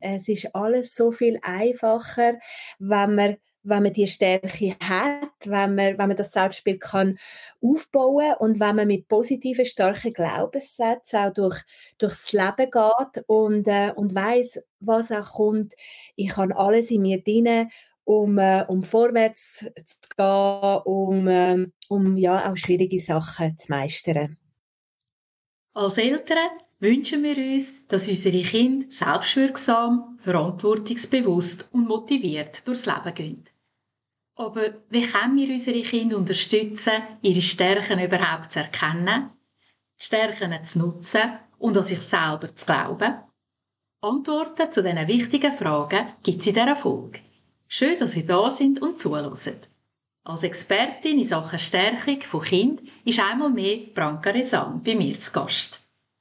Es ist alles so viel einfacher, wenn man die Stärke hat, wenn man das Selbstbild kann aufbauen und wenn man mit positiven, starken Glaubenssätzen auch durchs Leben geht und weiss, was auch kommt. Ich habe alles in mir drin, um vorwärts zu gehen, um ja auch schwierige Sachen zu meistern. Als Eltern wünschen wir uns, dass unsere Kinder selbstwirksam, verantwortungsbewusst und motiviert durchs Leben gehen. Aber wie können wir unsere Kinder unterstützen, ihre Stärken überhaupt zu erkennen, Stärken zu nutzen und an sich selber zu glauben? Antworten zu diesen wichtigen Fragen gibt es in dieser Folge. Schön, dass ihr da sind und zuhört. Als Expertin in Sachen Stärkung von Kindern ist einmal mehr Branka Rezan bei mir zu Gast.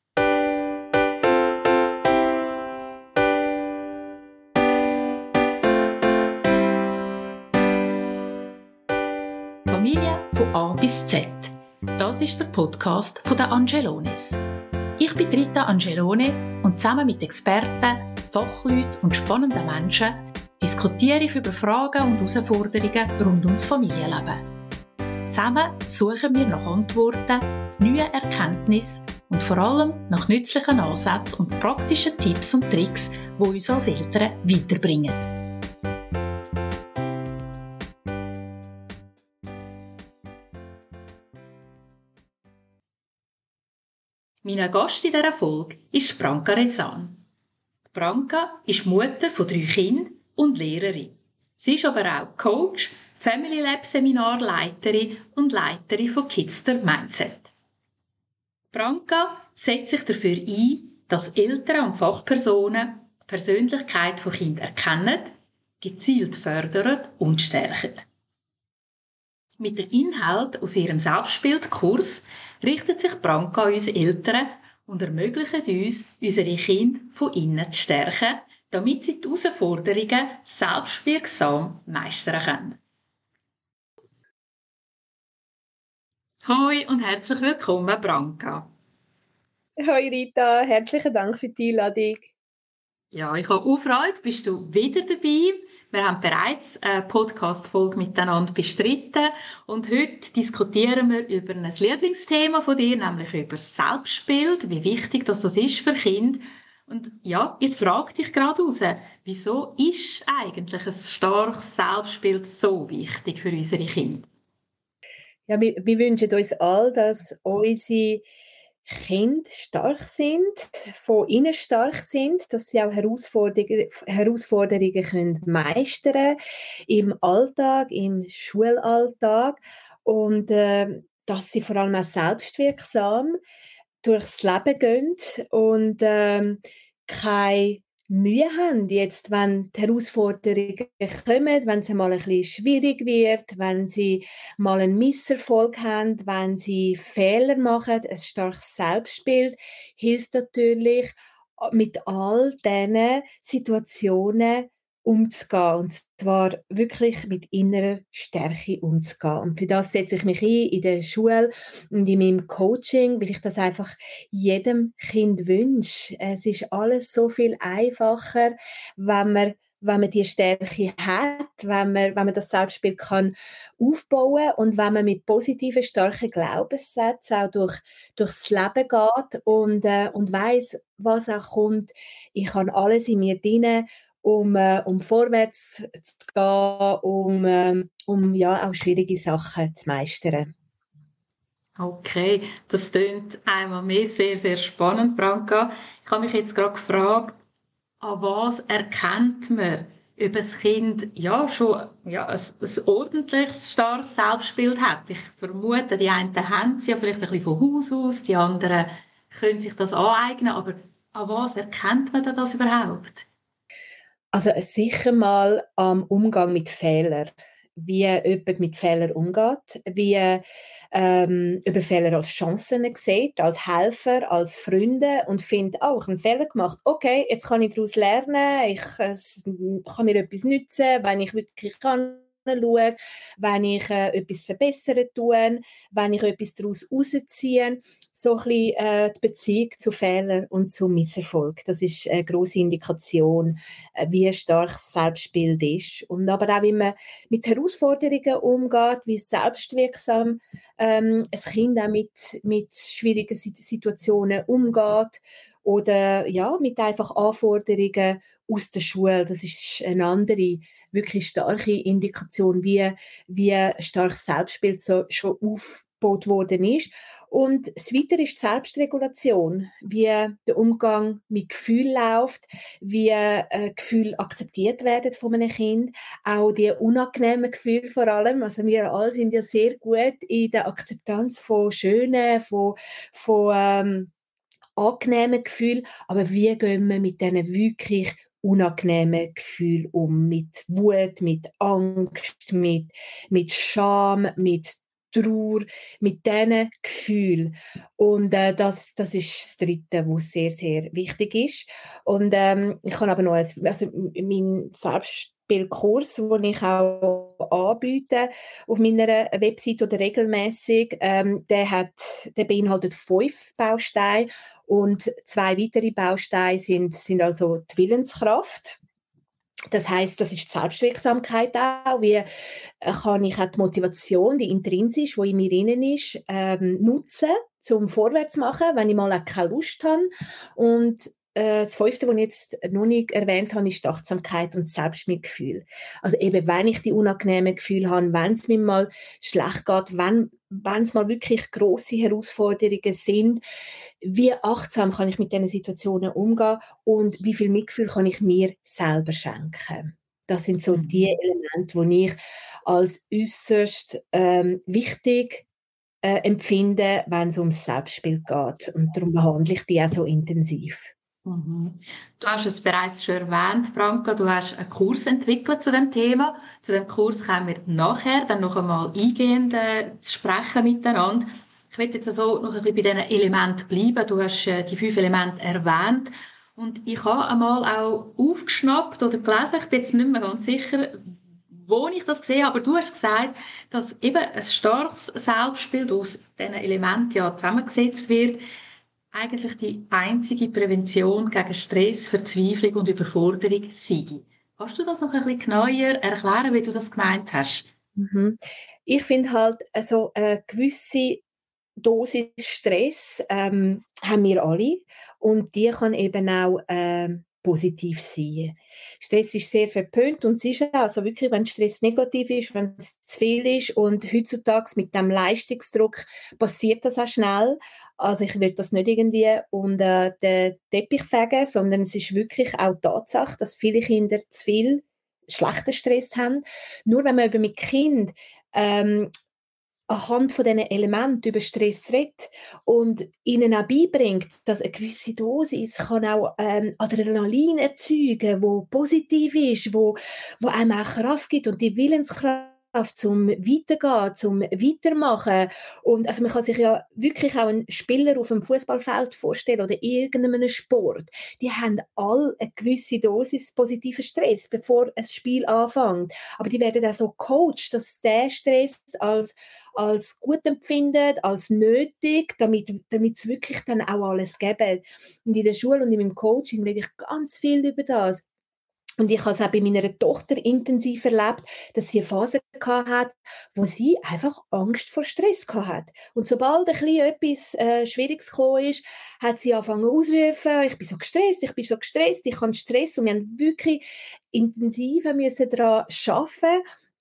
Familie von A bis Z. Das ist der Podcast von den Angelones. Ich bin Rita Angelone und zusammen mit Experten, Fachleuten und spannenden Menschen diskutiere ich über Fragen und Herausforderungen rund ums Familienleben. Zusammen suchen wir nach Antworten, neuen Erkenntnissen und vor allem nach nützlichen Ansätzen und praktischen Tipps und Tricks, die uns als Eltern weiterbringen. Mein Gast in dieser Folge ist Branka Rezan. Branka ist Mutter von 3 Kindern und Lehrerin. Sie ist aber auch Coach, Family Lab Seminarleiterin und Leiterin von Kidster Mindset. Branka setzt sich dafür ein, dass Eltern und Fachpersonen die Persönlichkeit von Kindern erkennen, gezielt fördern und stärken. Mit dem Inhalt aus ihrem Selbstbildkurs richtet sich Branka an uns Eltern und ermöglicht uns, unsere Kinder von innen zu stärken, damit sie die Herausforderungen selbstwirksam meistern können. Hoi und herzlich willkommen, Branka. Hoi Rita, herzlichen Dank für die Einladung. Ja, ich habe auch Freude, bist du wieder dabei. Wir haben bereits eine Podcast-Folge miteinander bestritten und heute diskutieren wir über ein Lieblingsthema von dir, nämlich über das Selbstbild, wie wichtig das ist für Kinder. Und ja, ich frage dich gerade raus, wieso ist eigentlich ein starkes Selbstbild so wichtig für unsere Kinder? Ja, wir wünschen uns all, dass unsere Kinder stark sind, von innen stark sind, dass sie auch Herausforderungen können meistern im Alltag, im Schulalltag und dass sie vor allem auch selbstwirksam durchs Leben gehen und keine Mühe haben, jetzt, wenn die Herausforderungen kommen, wenn es mal ein bisschen schwierig wird, wenn sie mal einen Misserfolg haben, wenn sie Fehler machen. Ein starkes Selbstbild hilft natürlich, mit all diesen Situationen umzugehen. Und zwar wirklich mit innerer Stärke umzugehen. Und für das setze ich mich ein in der Schule und in meinem Coaching, weil ich das einfach jedem Kind wünsche. Es ist alles so viel einfacher, wenn man die Stärke hat, wenn man das Selbstbild kann aufbauen und wenn man mit positiven, starken Glaubenssätzen auch durchs Leben geht und weiss, was auch kommt. Ich habe alles in mir drin, um vorwärts zu gehen, um ja auch schwierige Sachen zu meistern. Okay, das klingt einmal mehr sehr, sehr spannend, Branka. Ich habe mich jetzt gerade gefragt, an was erkennt man, ob ein Kind ein ordentliches, starkes Selbstbild hat? Ich vermute, die einen haben es ja vielleicht ein bisschen von Haus aus, die anderen können sich das aneignen, aber an was erkennt man denn das überhaupt? Also sicher mal am Umgang mit Fehlern. Wie jemand mit Fehlern umgeht, wie über Fehler als Chancen sieht, als Helfer, als Freunde und findet, oh, ich habe einen Fehler gemacht, okay, jetzt kann ich daraus lernen, es kann mir etwas nützen, wenn ich wirklich kann schaue, wenn ich etwas verbessern tue, wenn ich etwas daraus herausziehe. So ein bisschen die Beziehung zu Fehlern und zu Misserfolg. Das ist eine grosse Indikation, wie stark das Selbstbild ist. Und aber auch, wie man mit Herausforderungen umgeht, wie selbstwirksam ein Kind auch mit schwierigen Situationen umgeht oder ja, mit einfach Anforderungen aus der Schule. Das ist eine andere, wirklich starke Indikation, wie stark Selbstbild so schon aufgebaut worden ist. Und das Weitere ist die Selbstregulation, wie der Umgang mit Gefühlen läuft, wie Gefühle akzeptiert werden von einem Kind, auch die unangenehmen Gefühle vor allem. Also wir alle sind ja sehr gut in der Akzeptanz von schönen, von angenehmen Gefühlen, aber wie gehen wir mit diesen wirklich unangenehmen Gefühlen um? Mit Wut, mit Angst, mit Scham, mit Trauer, mit diesen Gefühlen. Und das ist das Dritte, was sehr, sehr wichtig ist. Und ich kann aber noch, also mein Selbstbildkurs, den ich auch anbiete auf meiner Website oder regelmäßig, der beinhaltet 5 Bausteine und 2 weitere Bausteine sind also die Willenskraft. Das heisst, das ist die Selbstwirksamkeit auch. Wie kann ich auch die Motivation, die intrinsisch, die in mir drin ist, nutzen, zum vorwärts zu machen, wenn ich mal auch keine Lust habe. Und das 5., was ich jetzt noch nicht erwähnt habe, ist die Achtsamkeit und das Selbstmitgefühl. Also eben, wenn ich die unangenehmen Gefühle habe, wenn es mir mal schlecht geht, wenn es mal wirklich grosse Herausforderungen sind, wie achtsam kann ich mit diesen Situationen umgehen und wie viel Mitgefühl kann ich mir selber schenken. Das sind so die Elemente, die ich als äußerst wichtig empfinde, wenn es ums Selbstbild geht. Und darum behandle ich die auch so intensiv. Mhm. Du hast es bereits schon erwähnt, Branka, du hast einen Kurs entwickelt zu dem Thema. Zu dem Kurs kommen wir nachher dann noch einmal eingehend zu sprechen miteinander. Ich möchte jetzt also noch ein bisschen bei diesen Elementen bleiben. Du hast die 5 Elemente erwähnt. Und ich habe einmal auch aufgeschnappt oder gelesen, ich bin jetzt nicht mehr ganz sicher, wo ich das gesehen habe, aber du hast gesagt, dass eben ein starkes Selbstbild aus diesen Elementen ja zusammengesetzt wird, eigentlich die einzige Prävention gegen Stress, Verzweiflung und Überforderung sei. Kannst du das noch ein bisschen genauer erklären, wie du das gemeint hast? Mhm. Ich finde halt, also eine gewisse Dosis Stress haben wir alle und die kann eben auch positiv sein. Stress ist sehr verpönt und es ist auch also wirklich, wenn Stress negativ ist, wenn es zu viel ist und heutzutage mit dem Leistungsdruck passiert das auch schnell. Also ich will das nicht irgendwie unter den Teppich fegen, sondern es ist wirklich auch Tatsache, dass viele Kinder zu viel schlechten Stress haben. Nur wenn man eben mit Kind anhand von diesen Elementen über Stress redet und ihnen auch beibringt, dass eine gewisse Dosis kann auch Adrenalin erzeugen, wo positiv ist, wo einem auch Kraft gibt und die Willenskraft zum Weitergehen, zum Weitermachen. Und also man kann sich ja wirklich auch einen Spieler auf dem Fußballfeld vorstellen oder irgendeinem Sport. Die haben alle eine gewisse Dosis positiven Stress, bevor ein Spiel anfängt. Aber die werden auch so gecoacht, dass der Stress als gut empfindet, als nötig, damit es wirklich dann auch alles gibt. Und in der Schule und in meinem Coaching rede ich ganz viel über das. Und ich habe es auch bei meiner Tochter intensiv erlebt, dass sie eine Phase hat, wo sie einfach Angst vor Stress hat. Und sobald ein bisschen etwas Schwieriges gekommen ist, hat sie angefangen auszurufen, ich bin so gestresst, ich habe Stress. Und wir haben wirklich intensiv müssen daran arbeiten,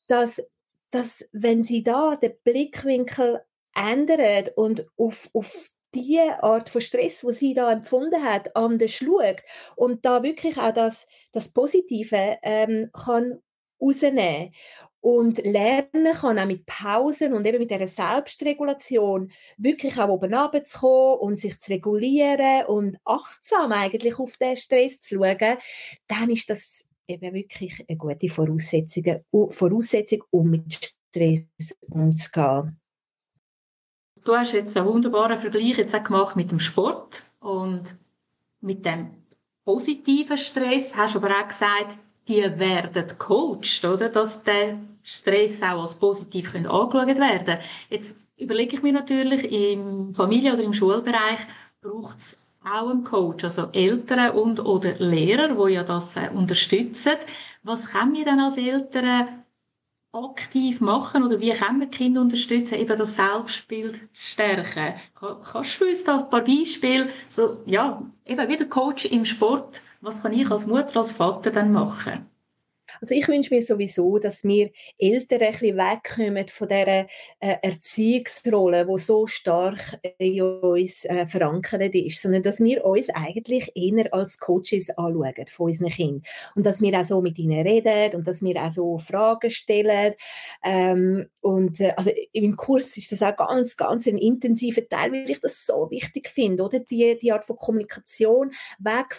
dass wenn sie da den Blickwinkel ändert und auf die Art von Stress, die sie da empfunden hat, anders schaut und da wirklich auch das Positive kann rausnehmen und lernen kann, auch mit Pausen und eben mit dieser Selbstregulation wirklich auch oben runterzukommen und sich zu regulieren und achtsam eigentlich auf den Stress zu schauen, dann ist das eben wirklich eine gute Voraussetzung, um mit Stress umzugehen. Du hast jetzt einen wunderbaren Vergleich jetzt auch gemacht mit dem Sport und mit dem positiven Stress. Hast aber auch gesagt, die werden gecoacht, oder? Dass der Stress auch als positiv angeschaut werden können. Jetzt überlege ich mir natürlich, im Familien- oder im Schulbereich braucht es auch einen Coach, also Eltern oder Lehrer, die ja das unterstützen. Was können wir dann als Eltern aktiv machen oder wie können wir Kinder unterstützen, eben das Selbstbild zu stärken? Kannst du uns da ein paar Beispiele, so, ja, eben wie der Coach im Sport, was kann ich als Mutter, als Vater dann machen? Also ich wünsche mir sowieso, dass wir Eltern ein bisschen wegkommen von dieser Erziehungsrolle, die so stark in uns verankert ist, sondern dass wir uns eigentlich eher als Coaches anschauen von unseren Kindern. Und dass wir auch so mit ihnen reden und dass wir auch so Fragen stellen. Also im Kurs ist das auch ganz, ganz ein intensiver Teil, weil ich das so wichtig finde, oder? Die Art von Kommunikation, weg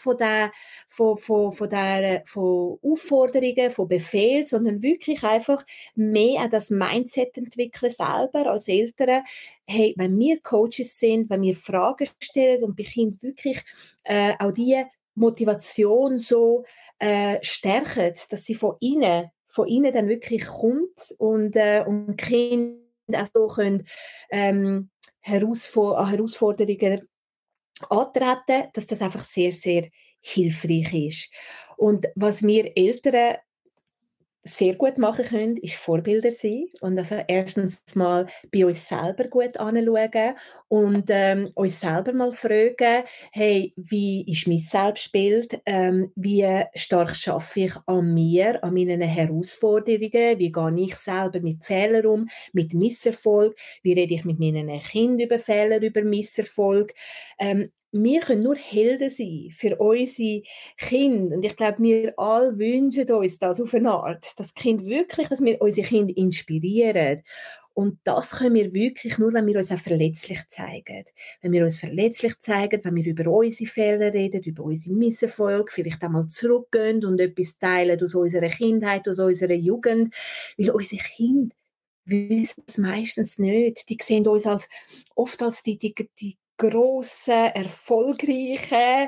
von Aufforderungen, von Befehlen, sondern wirklich einfach mehr an das Mindset entwickeln selber als Eltern. Hey, wenn wir Coaches sind, wenn wir Fragen stellen und bei Kindern wirklich auch die Motivation so stärken, dass sie von ihnen dann wirklich kommt und Kinder auch so können an Herausforderungen antreten, dass das einfach sehr, sehr hilfreich ist. Und was wir Eltern sehr gut machen können, ist Vorbilder sein und also erstens mal bei uns selber gut anschauen und uns selber mal fragen, hey, wie ist mein Selbstbild, wie stark schaffe ich an mir, an meinen Herausforderungen, wie gehe ich selber mit Fehlern um, mit Misserfolg, wie rede ich mit meinen Kindern über Fehler, über Misserfolg. Wir können nur Helden sein für unsere Kinder. Und ich glaube, wir alle wünschen uns das auf eine Art. Das Kind wirklich, dass wir unsere Kinder inspirieren. Und das können wir wirklich nur, wenn wir uns auch verletzlich zeigen. Wenn wir uns verletzlich zeigen, wenn wir über unsere Fehler reden, über unsere Misserfolge, vielleicht einmal zurückgehen und etwas teilen aus unserer Kindheit, aus unserer Jugend. Weil unsere Kinder wissen es meistens nicht. Die sehen uns oft als die grossen, erfolgreichen,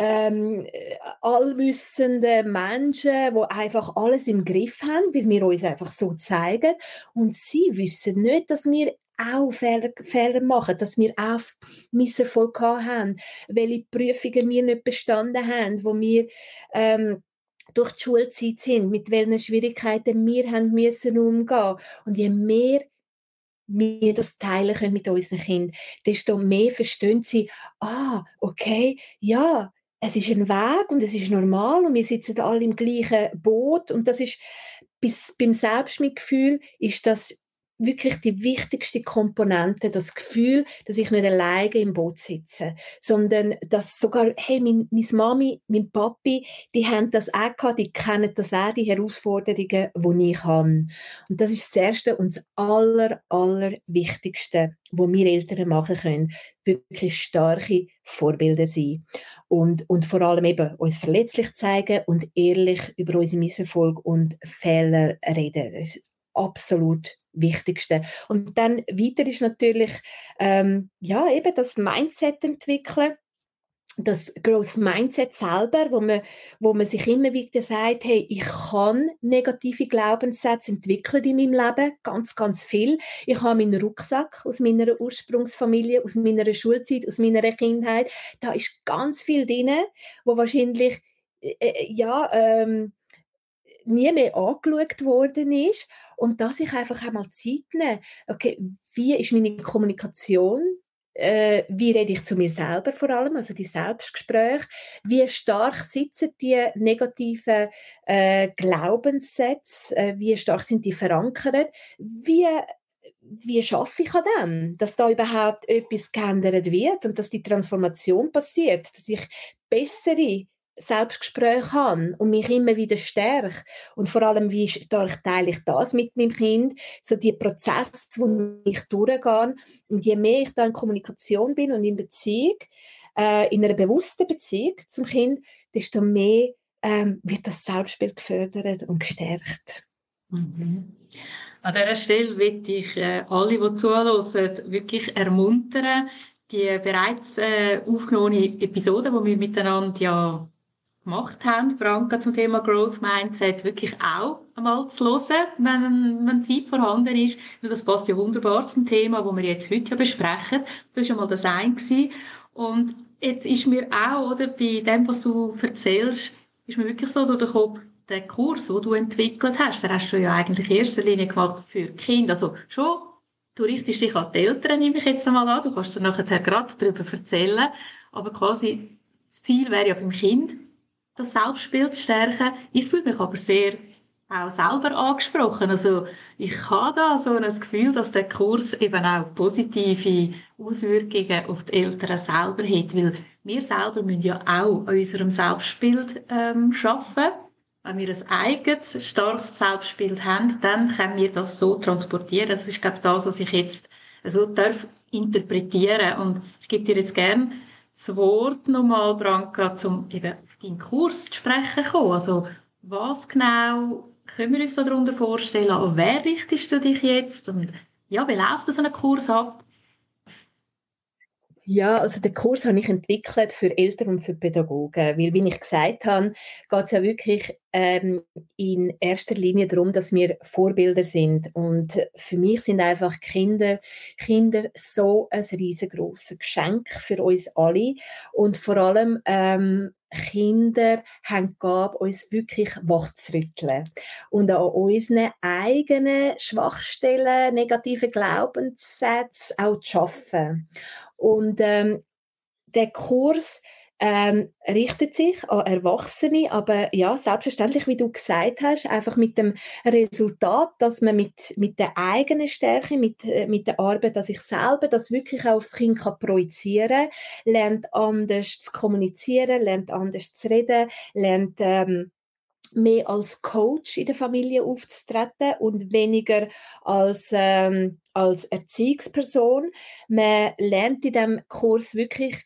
allwissenden Menschen, die einfach alles im Griff haben, weil wir uns einfach so zeigen. Und sie wissen nicht, dass wir auch Fehler machen, dass wir auch Misserfolg haben, welche Prüfungen wir nicht bestanden haben, wo wir durch die Schulzeit sind, mit welchen Schwierigkeiten wir haben müssen umgehen. Und je mehr wir das teilen können mit unseren Kindern, desto mehr verstehen sie, okay, ja, es ist ein Weg und es ist normal und wir sitzen alle im gleichen Boot und das ist, beim Selbstmitgefühl ist das wirklich die wichtigste Komponente, das Gefühl, dass ich nicht alleine im Boot sitze, sondern dass sogar, hey, meine Mami, mein Papi, die haben das auch gehabt, die kennen das auch, die Herausforderungen, die ich habe. Und das ist das Erste und das Allerwichtigste, was wir Eltern machen können, wirklich starke Vorbilder sein. Und vor allem eben uns verletzlich zeigen und ehrlich über unsere Misserfolge und Fehler reden. Das ist absolut Wichtigste. Und dann weiter ist natürlich, eben das Mindset entwickeln, das Growth Mindset selber, wo man sich immer wieder sagt, hey, ich kann negative Glaubenssätze entwickeln in meinem Leben, ganz, ganz viel. Ich habe meinen Rucksack aus meiner Ursprungsfamilie, aus meiner Schulzeit, aus meiner Kindheit. Da ist ganz viel drin, wo wahrscheinlich, nie mehr angeschaut worden ist und dass ich einfach einmal Zeit nehme, okay, wie ist meine Kommunikation, wie rede ich zu mir selber vor allem, also die Selbstgespräche, wie stark sitzen die negativen Glaubenssätze, wie stark sind die verankert, wie schaffe ich an dem, dass da überhaupt etwas geändert wird und dass die Transformation passiert, dass ich bessere Selbstgespräche habe und mich immer wieder stärke. Und vor allem, wie stark teile ich das mit meinem Kind, so die Prozesse, die ich durchgehe. Und je mehr ich da in Kommunikation bin und in Beziehung, in einer bewussten Beziehung zum Kind, desto mehr wird das Selbstbild gefördert und gestärkt. Mhm. An dieser Stelle möchte ich alle, die zuhören, wirklich ermuntern, die bereits aufgenommene Episode, die wir miteinander ja gemacht haben, Branka, zum Thema Growth Mindset, wirklich auch einmal zu hören, wenn Zeit vorhanden ist. Weil das passt ja wunderbar zum Thema, das wir jetzt heute ja besprechen. Das war schon mal das eine gewesen. Und jetzt ist mir auch, oder, bei dem, was du erzählst, ist mir wirklich so durch den Kopf, der Kurs, den du entwickelt hast, den hast du ja eigentlich in erster Linie gemacht für Kinder. Also schon, du richtest dich an die Eltern, nehme ich jetzt einmal an. Du kannst dir nachher gerade darüber erzählen. Aber quasi, das Ziel wäre ja beim Kind, das Selbstbild zu stärken. Ich fühle mich aber sehr auch selber angesprochen. Also ich habe da so ein Gefühl, dass der Kurs eben auch positive Auswirkungen auf die Eltern selber hat, weil wir selber müssen ja auch an unserem Selbstbild arbeiten. Wenn wir ein eigenes, starkes Selbstbild haben, dann können wir das so transportieren. Das ist, glaube ich, das, was ich jetzt so darf interpretieren. Und ich gebe dir jetzt gerne das Wort nochmal, Branka, um eben auf deinen Kurs zu sprechen zu kommen. Also, was genau können wir uns darunter vorstellen? An wer richtest du dich jetzt? Und ja, wie läuft so ein Kurs ab? Ja, also den Kurs habe ich entwickelt für Eltern und für Pädagogen, weil, wie ich gesagt habe, geht es ja wirklich in erster Linie darum, dass wir Vorbilder sind. Und für mich sind einfach Kinder so ein riesengroßes Geschenk für uns alle. Und vor allem Kinder haben die Gabe, uns wirklich wachzurütteln und an unseren eigenen Schwachstellen, negativen Glaubenssätzen auch zu arbeiten. Und der Kurs richtet sich an Erwachsene, aber ja, selbstverständlich, wie du gesagt hast, einfach mit dem Resultat, dass man mit der eigenen Stärke, mit der Arbeit an sich selber, das wirklich auch aufs Kind kann projizieren, lernt anders zu kommunizieren, lernt anders zu reden, lernt mehr als Coach in der Familie aufzutreten und weniger als Erziehungsperson. Man lernt in diesem Kurs wirklich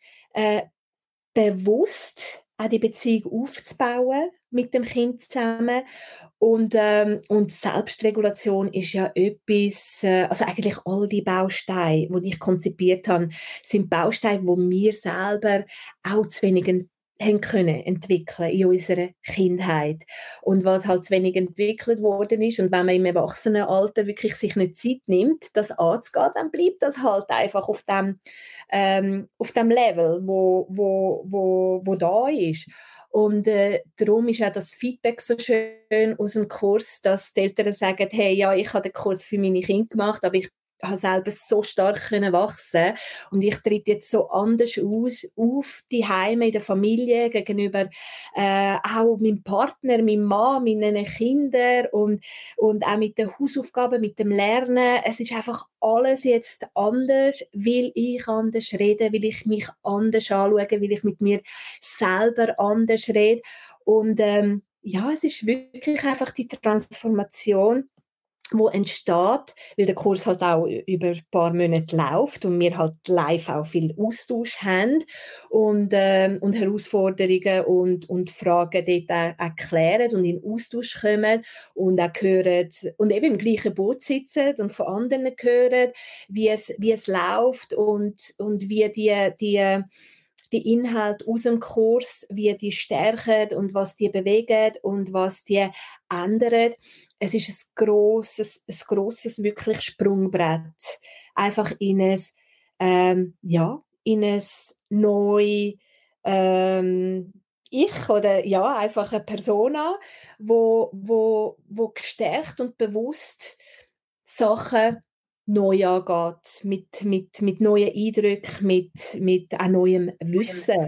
bewusst auch die Beziehung aufzubauen mit dem Kind zusammen. Und Selbstregulation ist ja etwas, also eigentlich all die Bausteine, die ich konzipiert habe, sind Bausteine, die wir selber auch zu wenig haben können entwickeln in unserer Kindheit. Und was halt zu wenig entwickelt worden ist, und wenn man im Erwachsenenalter wirklich sich nicht Zeit nimmt, das anzugehen, dann bleibt das halt einfach auf dem Level, wo da ist. Und darum ist auch das Feedback so schön aus dem Kurs, dass die Eltern sagen, hey, ja, ich habe den Kurs für meine Kinder gemacht, aber ich habe selber so stark können wachsen und ich trete jetzt so anders auf die Heime in der Familie gegenüber auch meinem Partner, meinem Mann, meinen Kindern und auch mit den Hausaufgaben, mit dem Lernen. Es ist einfach alles jetzt anders, weil ich anders rede, weil ich mich anders anschaue, weil ich mit mir selber anders rede. Und ja, es ist wirklich einfach die Transformation, wo entsteht, weil der Kurs halt auch über ein paar Monate läuft und wir halt live auch viel Austausch haben und Herausforderungen und Fragen dort auch erklären und in Austausch kommen und auch hören und eben im gleichen Boot sitzen und von anderen hören, wie es läuft und wie die Inhalte aus dem Kurs, wie die stärken und was die bewegen und was die ändern. Es ist ein grosses wirklich Sprungbrett. Einfach in ein neu ich oder ja, einfach eine Persona, wo gestärkt und bewusst Sachen neu angeht, mit neuen Eindrücken, mit auch neuem Wissen.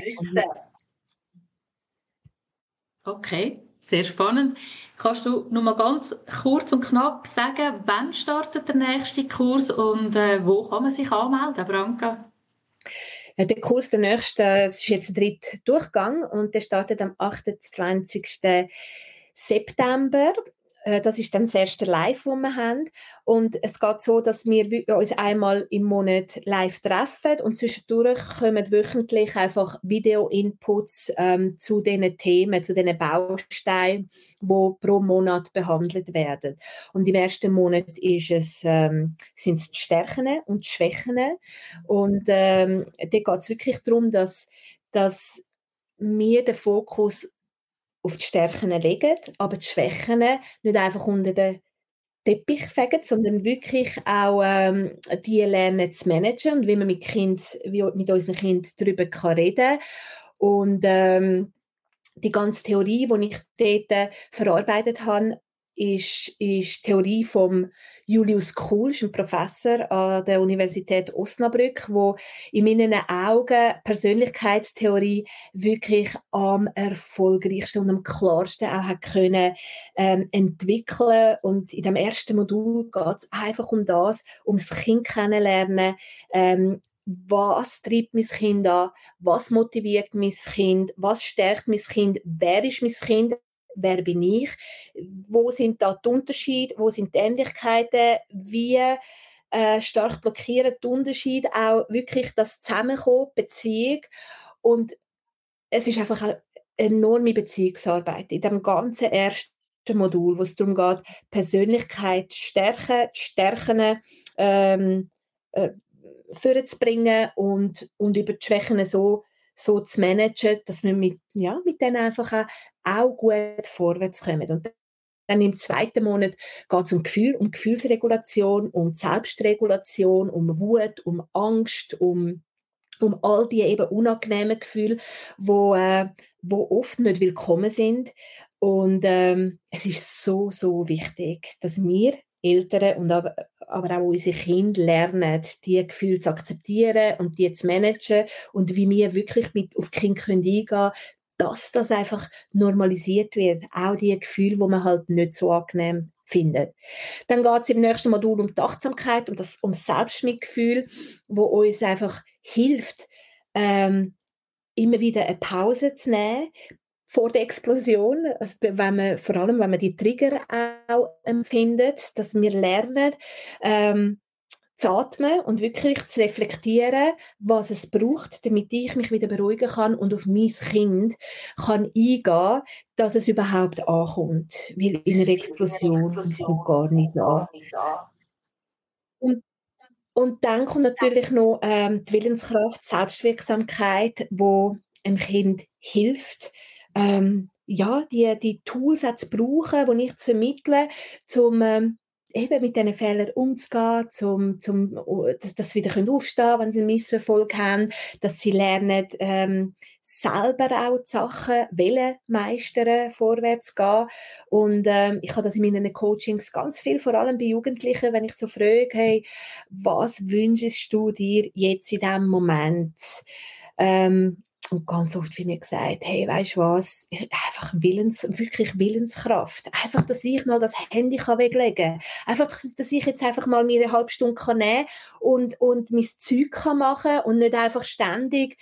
Okay, sehr spannend. Kannst du noch mal ganz kurz und knapp sagen, wann startet der nächste Kurs und wo kann man sich anmelden, Branka? Der Kurs, der nächste, es ist jetzt der dritte Durchgang und der startet am 28. September. Das ist dann das erste Live, das wir haben. Und es geht so, dass wir uns einmal im Monat live treffen und zwischendurch kommen wöchentlich einfach Video-Inputs zu diesen Themen, zu diesen Bausteinen, die pro Monat behandelt werden. Und im ersten Monat sind es die Stärken und die Schwächen. Und da geht es wirklich darum, dass wir den Fokus auf die Stärken legen, aber die Schwächen nicht einfach unter den Teppich fegen, sondern wirklich auch die lernen zu managen und wie man wie mit unseren Kindern darüber reden kann. Und die ganze Theorie, die ich dort verarbeitet habe, ist die Theorie von Julius Kuhl, ein Professor an der Universität Osnabrück, wo in meinen Augen Persönlichkeitstheorie wirklich am erfolgreichsten und am klarsten auch hat können entwickeln. Und in dem ersten Modul geht es einfach um das, ums Kind kennenlernen, was treibt mein Kind an, was motiviert mein Kind, was stärkt mein Kind, wer ist mein Kind, wer bin ich, wo sind da die Unterschiede, wo sind die Ähnlichkeiten, wie stark blockieren die Unterschiede auch wirklich das Zusammenkommen, Beziehung. Und es ist einfach eine enorme Beziehungsarbeit in dem ganzen ersten Modul, wo es darum geht, Persönlichkeit stärken, die Stärken vorzubringen und über die Schwächen so zu managen, dass wir mit denen einfach auch gut vorwärts kommen. Und dann im zweiten Monat geht es um Gefühl, um Gefühlsregulation, um Selbstregulation, um Wut, um Angst, um all die eben unangenehmen Gefühle, wo oft nicht willkommen sind. Und es ist so, so wichtig, dass wir Eltern und aber auch unsere Kinder lernen, diese Gefühle zu akzeptieren und die zu managen und wie wir wirklich auf die Kinder eingehen können, dass das einfach normalisiert wird. Auch die Gefühle, die man halt nicht so angenehm findet. Dann geht es im nächsten Modul um die Achtsamkeit, um das Selbstmitgefühl, wo uns einfach hilft, immer wieder eine Pause zu nehmen vor der Explosion, also vor allem wenn man die Trigger auch empfindet, dass wir lernen, zu atmen und wirklich zu reflektieren, was es braucht, damit ich mich wieder beruhigen kann und auf mein Kind kann eingehen, dass es überhaupt ankommt. Weil in einer Explosion kommt gar nicht an. Und dann kommt natürlich noch die Willenskraft, die Selbstwirksamkeit, wo einem Kind hilft, die Tools auch zu brauchen, die ich zu vermitteln, um eben mit diesen Fehlern umzugehen, dass sie wieder aufstehen können, wenn sie einen Misserfolg haben, dass sie lernen, selber auch die Sachen meistern, vorwärts gehen. Und ich habe das in meinen Coachings ganz viel, vor allem bei Jugendlichen, wenn ich so frage, hey, was wünschst du dir jetzt in diesem Moment? Und ganz oft wird mir gesagt, hey, weisst du was, einfach wirklich Willenskraft. Einfach, dass ich mal das Handy weglegen kann. Einfach, dass ich jetzt einfach mal mir eine halbe Stunde nehmen kann und mein Zeug machen kann und nicht einfach ständig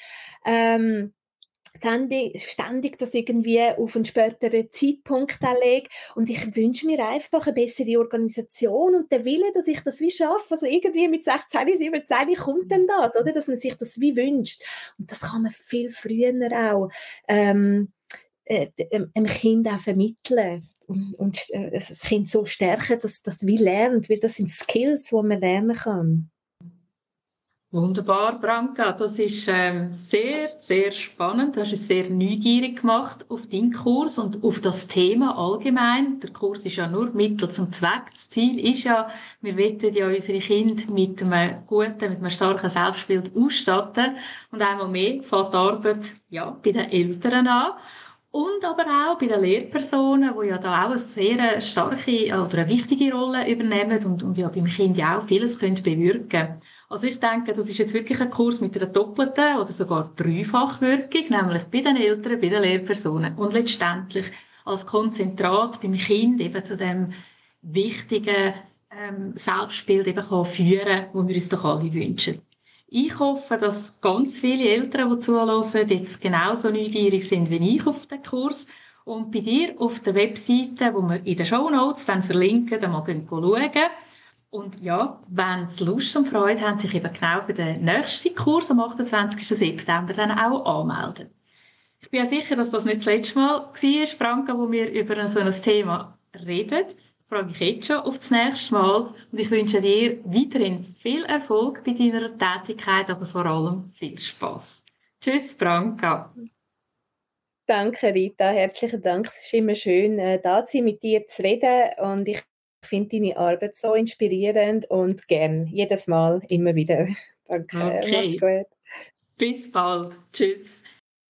das irgendwie auf einen späteren Zeitpunkt lege. Und ich wünsche mir einfach eine bessere Organisation und den Willen, dass ich das wie schaffe. Also irgendwie mit 16, 17 kommt dann das, oder? Dass man sich das wie wünscht. Und das kann man viel früher auch einem Kind auch vermitteln. Und das Kind so stärken, dass das wie lernt, weil das sind Skills, die man lernen kann. Wunderbar, Branka. Das ist sehr, sehr spannend. Du hast uns sehr neugierig gemacht auf deinen Kurs und auf das Thema allgemein. Der Kurs ist ja nur Mittel zum Zweck. Das Ziel ist ja, wir wollen ja unsere Kinder mit einem guten, mit einem starken Selbstbild ausstatten. Und einmal mehr fängt die Arbeit bei den Eltern an. Und aber auch bei den Lehrpersonen, die ja da auch eine sehr starke oder eine wichtige Rolle übernehmen und ja beim Kind ja auch vieles bewirken können. Also ich denke, das ist jetzt wirklich ein Kurs mit einer doppelten oder sogar Dreifachwirkung, nämlich bei den Eltern, bei den Lehrpersonen und letztendlich als Konzentrat beim Kind eben zu dem wichtigen Selbstbild eben kann führen, das wir uns doch alle wünschen. Ich hoffe, dass ganz viele Eltern, die zuhören, jetzt genauso neugierig sind wie ich auf den Kurs. Und bei dir auf der Webseite, wo wir in den Shownotes dann verlinken, dann mal schauen. Und ja, wenn sie Lust und Freude haben, sich eben genau für den nächsten Kurs am 28. September dann auch anmelden. Ich bin ja sicher, dass das nicht das letzte Mal war, Branka, wo wir über so ein Thema reden. Ich freue mich jetzt schon auf das nächste Mal und ich wünsche dir weiterhin viel Erfolg bei deiner Tätigkeit, aber vor allem viel Spass. Tschüss, Branka. Danke, Rita. Herzlichen Dank. Es ist immer schön, da zu sein, mit dir zu reden. Und ich finde deine Arbeit so inspirierend und gern. Jedes Mal, immer wieder. Danke. Mach's Okay, gut. bis bald. Tschüss.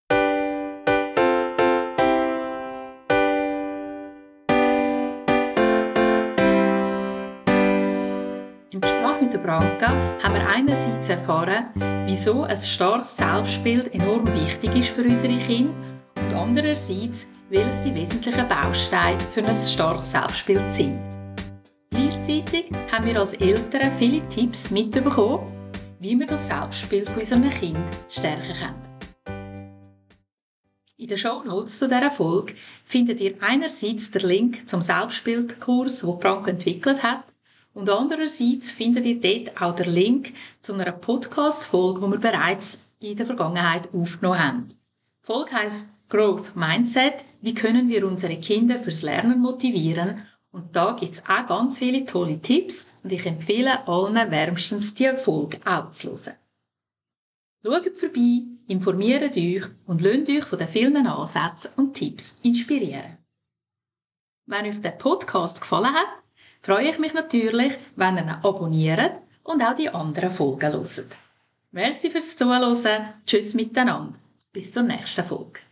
Im Gespräch mit der Branka haben wir einerseits erfahren, wieso ein starkes Selbstbild enorm wichtig ist für unsere Kinder und andererseits, welches die wesentlichen Bausteine für ein starkes Selbstbild sind. Gleichzeitig haben wir als Eltern viele Tipps mitbekommen, wie wir das Selbstbild unserer Kinder stärken können. In den Shownotes zu dieser Folge findet ihr einerseits den Link zum Selbstbildkurs, den Branka entwickelt hat, und andererseits findet ihr dort auch den Link zu einer Podcast-Folge, die wir bereits in der Vergangenheit aufgenommen haben. Die Folge heisst Growth Mindset. Wie können wir unsere Kinder fürs Lernen motivieren? Und da gibt es auch ganz viele tolle Tipps und ich empfehle allen wärmstens, die Folge auch zu hören. Schaut vorbei, informiert euch und lasst euch von den vielen Ansätzen und Tipps inspirieren. Wenn euch der Podcast gefallen hat, freue ich mich natürlich, wenn ihr ihn abonniert und auch die anderen Folgen hört. Merci fürs Zuhören. Tschüss miteinander. Bis zur nächsten Folge.